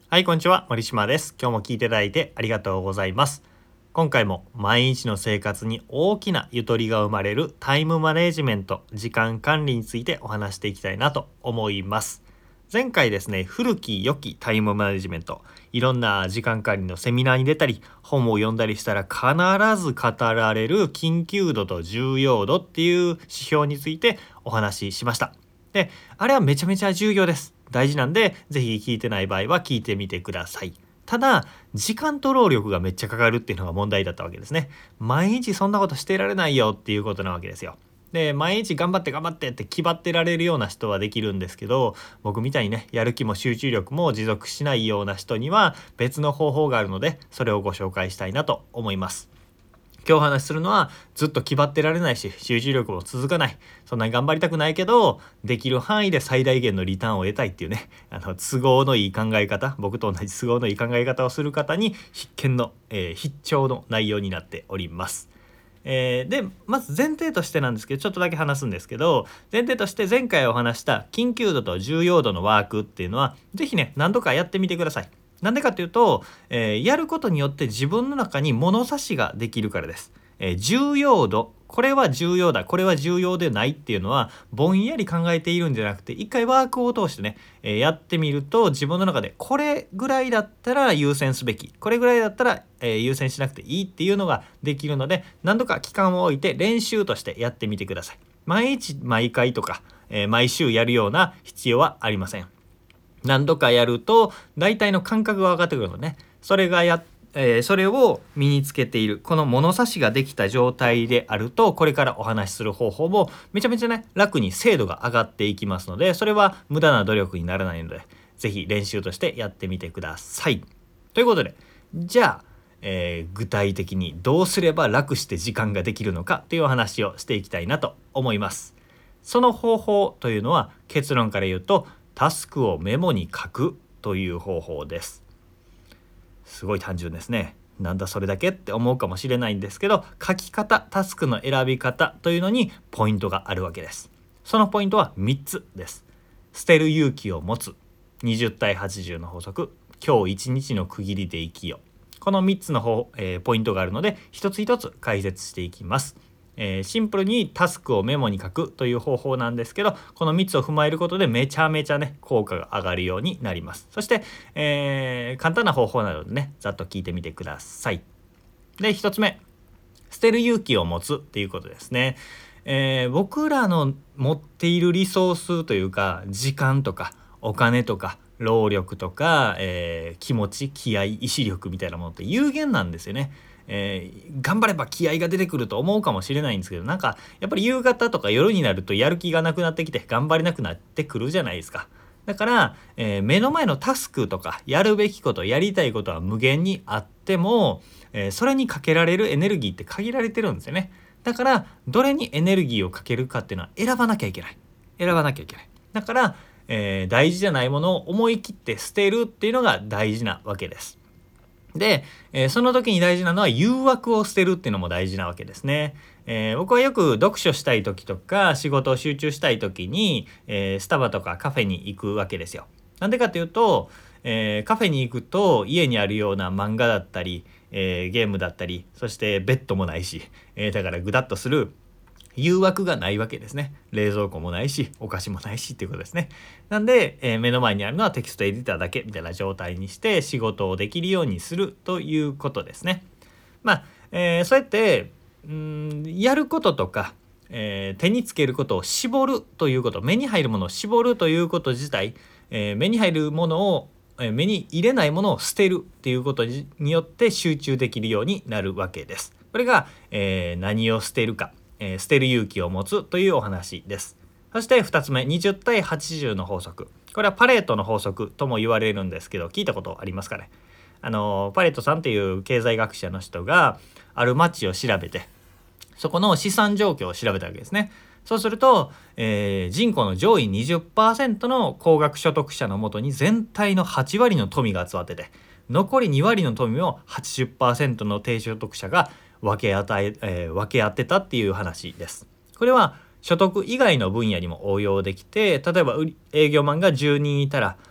はい、こんにちは。森島です。今日も聞いていただいてありがとうございます。今回も毎日の生活に大きなゆとりが生まれるタイムマネジメント、時間管理についてお話していきたいなと思います。前回ですね、古き良きタイムマネジメント、いろんな時間管理のセミナーに出たり、本を読んだりしたら必ず語られる緊急度と重要度っていう指標についてお話ししました。で、あれはめちゃめちゃ重要です。大事なんで、ぜひ聞いてない場合は聞いてみてください。ただ、時間と労力がめっちゃかかるっていうのが問題だったわけですね。毎日そんなことしていられないよっていうことなわけですよ。で、毎日頑張って頑張ってって気張ってられるような人はできるんですけど、僕みたいにね、やる気も集中力も持続しないような人には別の方法があるので、それをご紹介したいなと思います。今日お話しするのは、ずっと気張ってられないし集中力も続かない、そんなに頑張りたくないけどできる範囲で最大限のリターンを得たいっていうね、都合のいい考え方、僕と同じ都合のいい考え方をする方に必見の、必聴の内容になっております。でまず前提としてなんですけど、ちょっとだけ話すんですけど、前提として前回お話した緊急度と重要度のワークっていうのはぜひね、何度かやってみてください。なんでかっていうと、やることによって自分の中に物差しができるからです。重要度、これは重要だ、これは重要でないっていうのはぼんやり考えているんじゃなくて、一回ワークを通してね、やってみると自分の中でこれぐらいだったら優先すべき、これぐらいだったら、優先しなくていいっていうのができるので、何度か期間を置いて練習としてやってみてください。毎日毎回とか、毎週やるような必要はありません。何度かやると大体の感覚が分かってくるのね。それを身につけているこの物差しができた状態であると、これからお話しする方法もめちゃめちゃね、楽に精度が上がっていきますので、それは無駄な努力にならないので、ぜひ練習としてやってみてください。ということで、じゃあ、具体的にどうすれば楽して時間ができるのかというお話をしていきたいなと思います。その方法というのは、結論から言うとタスクをメモに書くという方法です。すごい単純ですね。なんだそれだけって思うかもしれないんですけど、書き方、タスクの選び方というのにポイントがあるわけです。そのポイントは3つです。捨てる勇気を持つ、20対80の法則、今日一日の区切りで生きよ。この3つのポイントがあるので、一つ一つ解説していきます。シンプルにタスクをメモに書くという方法なんですけど、この3つを踏まえることでめちゃめちゃね、効果が上がるようになります。そして、簡単な方法なのでね、ざっと聞いてみてください。で、1つ目、捨てる勇気を持つっていうことですね。僕らの持っているリソースというか、時間とかお金とか労力とか、気持ち、気合、意志力みたいなものって有限なんですよね。頑張れば気合が出てくると思うかもしれないんですけど、なんかやっぱり夕方とか夜になるとやる気がなくなってきて頑張れなくなってくるじゃないですか。だから、目の前のタスクとかやるべきこと、やりたいことは無限にあっても、それにかけられるエネルギーって限られてるんですよね。だからどれにエネルギーをかけるかっていうのは選ばなきゃいけない。だから、大事じゃないものを思い切って捨てるっていうのが大事なわけです。で、その時に大事なのは誘惑を捨てるっていうのも大事なわけですね。僕はよく読書したい時とか仕事を集中したい時に、スタバとかカフェに行くわけですよ。なんでかっていうと、カフェに行くと家にあるような漫画だったり、ゲームだったり、そしてベッドもないし、だからグダッとする誘惑がないわけですね。冷蔵庫もないし、お菓子もないしっていうことですね。なんで、目の前にあるのはテキストエディターだけみたいな状態にして仕事をできるようにするということですね。そうやってやることとか、手につけることを絞るということ、目に入るものを絞るということ自体、目に入るものを目に入れないものを捨てるっていうことによって集中できるようになるわけです。これが、何を捨てるか、捨てる勇気を持つというお話です。そして2つ目、20対80の法則。これはパレートの法則とも言われるんですけど、聞いたことありますかね。パレートさんっていう経済学者の人がある町を調べて、そこの資産状況を調べたわけですね。そうすると、人口の上位 20% の高額所得者のもとに全体の8割の富が集まってて、残り2割の富を 80% の低所得者が分け合ってたっていう話です。これは所得以外の分野にも応用できて、例えば営業マンが10人いたら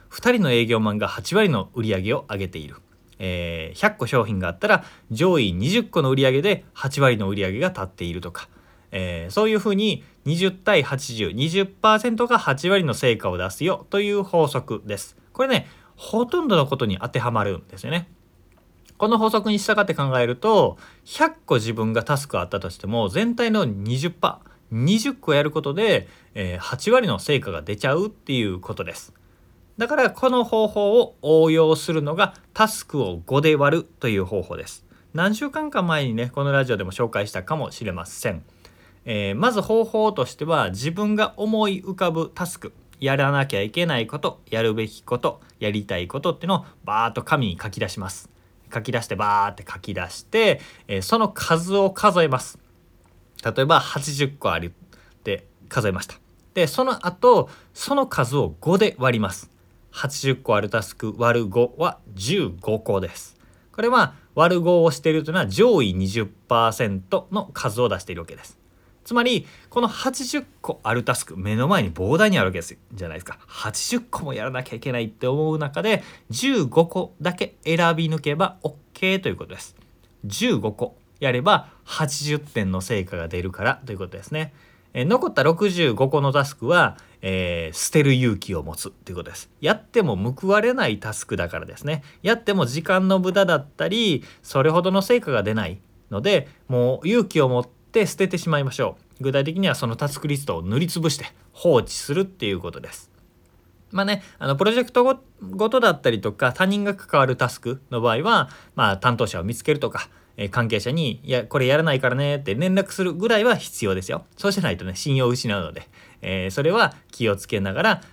2人の営業マンが8割の売り上げを上げている。100個商品があったら上位20個の売り上げで8割の売り上げが立っているとか、そういうふうに20対 80、20% が8割の成果を出すよという法則です。これね、ほとんどのことに当てはまるんですよね。この法則に従って考えると、100個自分がタスクあったとしても全体の 20%、20個やることで、8割の成果が出ちゃうっていうことです。だからこの方法を応用するのがタスクを5で割るという方法です。何週間か前にね、このラジオでも紹介したかもしれません。まず方法としては、自分が思い浮かぶタスク、やらなきゃいけないこと、やるべきこと、やりたいことっていうのをバーッと紙に書き出します。書き出してバーって書き出して、その数を数えます。例えば80個あるって数えました。でその後その数を5で割ります。80個あるタスク割る5は15個です。これは割る5をしているというのは上位 20% の数を出しているわけです。つまりこの80個あるタスク、目の前に膨大にあるわけですじゃないですか。80個もやらなきゃいけないって思う中で15個だけ選び抜けば OK ということです。15個やれば80点の成果が出るからということですね。残った65個のタスクは、捨てる勇気を持つということです。やっても報われないタスクだからですね。やっても時間の無駄だったりそれほどの成果が出ないので、もう勇気を持って捨ててしまいましょう。具体的にはそのタスクリストを塗りつぶして放置するっていうことです。まあね、プロジェクトごとだったりとか他人が関わるタスクの場合は、担当者を見つけるとか、関係者にいやこれやらないからねって連絡するぐらいは必要ですよ。そうしないとね、信用を失うので、それは気をつけながら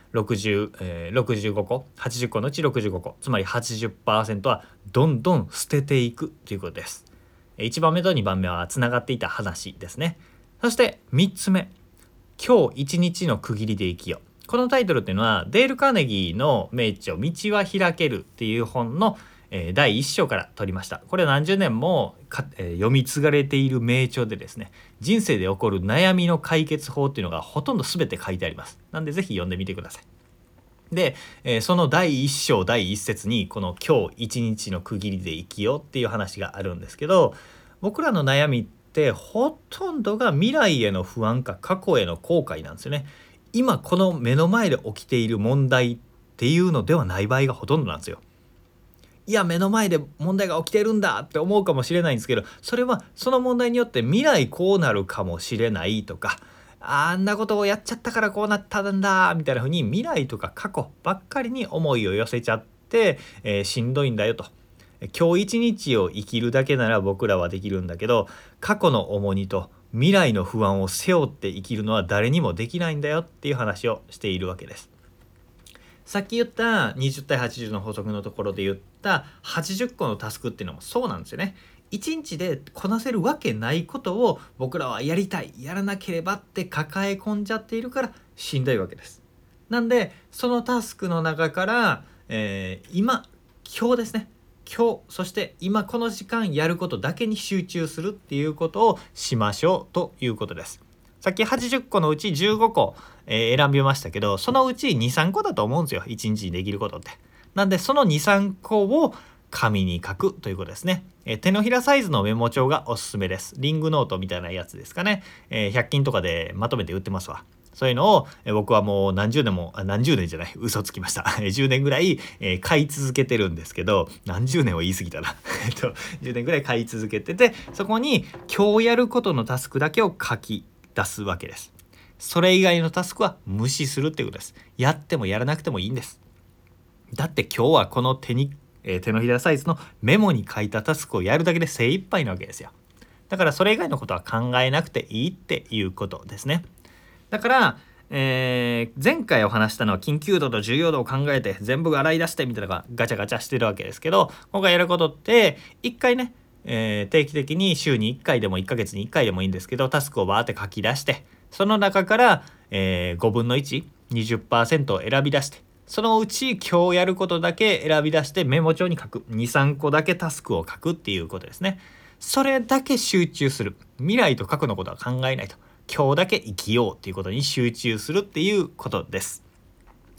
65個、80個のうち65個、つまり 80% はどんどん捨てていくということです。1番目と2番目はつながっていた話ですね。そして3つ目、今日一日の区切りで生きよ。このタイトルっていうのはデール・カーネギーの名著道は開けるっていう本の第1章から取りました。これは何十年も読み継がれている名著でですね、人生で起こる悩みの解決法っていうのがほとんど全て書いてあります。なんでぜひ読んでみてください。で、その第1章第1節にこの今日一日の区切りで生きようっていう話があるんですけど、僕らの悩みってほとんどが未来への不安か過去への後悔なんですよね。今この目の前で起きている問題っていうのではない場合がほとんどなんですよ。いや目の前で問題が起きてるんだって思うかもしれないんですけど、それはその問題によって未来こうなるかもしれないとか、あんなことをやっちゃったからこうなったんだみたいな風に未来とか過去ばっかりに思いを寄せちゃって、しんどいんだよと。今日一日を生きるだけなら僕らはできるんだけど、過去の重荷と未来の不安を背負って生きるのは誰にもできないんだよっていう話をしているわけです。さっき言った20対80の法則のところで言った80個のタスクっていうのもそうなんですよね。1日でこなせるわけないことを僕らはやりたい、やらなければって抱え込んじゃっているからしんどいわけです。なんでそのタスクの中から、今日ですね、今日そして今この時間やることだけに集中するっていうことをしましょうということです。さっき80個のうち15個、選びましたけど、そのうち 2,3 個だと思うんですよ、1日にできることって。なんでその 2,3 個を紙に書くということですね。手のひらサイズのメモ帳がおすすめです。リングノートみたいなやつですかね。100均とかでまとめて売ってますわ。そういうのを僕はもう何十年じゃない、嘘つきました10年ぐらい買い続けてるんですけど、何十年を言い過ぎたな10年ぐらい買い続けてて、そこに今日やることのタスクだけを書き出すわけです。それ以外のタスクは無視するっていうことです。やってもやらなくてもいいんです。だって今日はこの手のひらサイズのメモに書いたタスクをやるだけで精一杯なわけですよ。だからそれ以外のことは考えなくていいっていうことですね。だから、前回お話したのは緊急度と重要度を考えて全部洗い出してみたいなのがガチャガチャしてるわけですけど、今回やることって一回ね、定期的に週に1回でも1ヶ月に1回でもいいんですけど、タスクをバーって書き出して、その中から、5分の 1、20% を選び出して、そのうち今日やることだけ選び出してメモ帳に書く、 2,3 個だけタスクを書くっていうことですね。それだけ集中する。未来と過去のことは考えないと。今日だけ生きようっていうことに集中するっていうことです。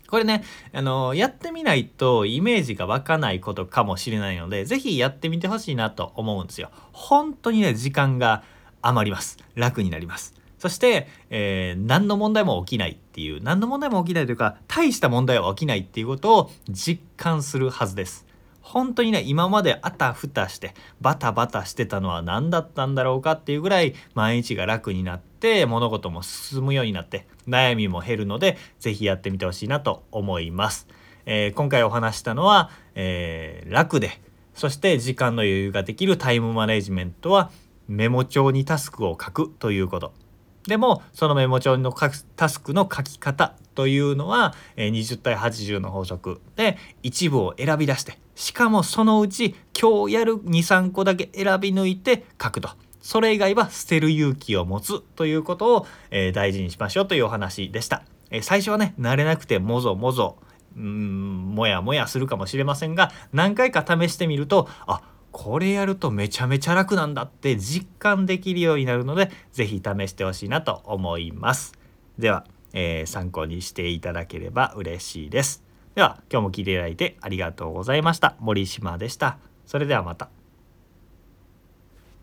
これね、やってみないとイメージが湧かないことかもしれないので、ぜひやってみてほしいなと思うんですよ。本当にね、時間が余ります。楽になります。そして、何の問題も起きないっていう、何の問題も起きないというか、大した問題は起きないっていうことを実感するはずです。本当にね、今まであたふたしてバタバタしてたのは何だったんだろうかっていうぐらい毎日が楽になって物事も進むようになって悩みも減るので、ぜひやってみてほしいなと思います。今回お話したのは、楽でそして時間の余裕ができるタイムマネジメントはメモ帳にタスクを書くということ。でもそのメモ帳のタスクの書き方というのは20対80の法則で一部を選び出して、しかもそのうち今日やる 2,3 個だけ選び抜いて書くと。それ以外は捨てる勇気を持つということを、大事にしましょうというお話でした。最初はね慣れなくてもぞもぞもやもやするかもしれませんが、何回か試してみるとこれやるとめちゃめちゃ楽なんだって実感できるようになるので、ぜひ試してほしいなと思います。では、参考にしていただければ嬉しいです。では今日も聞いていただいてありがとうございました。森島でした。それではまた。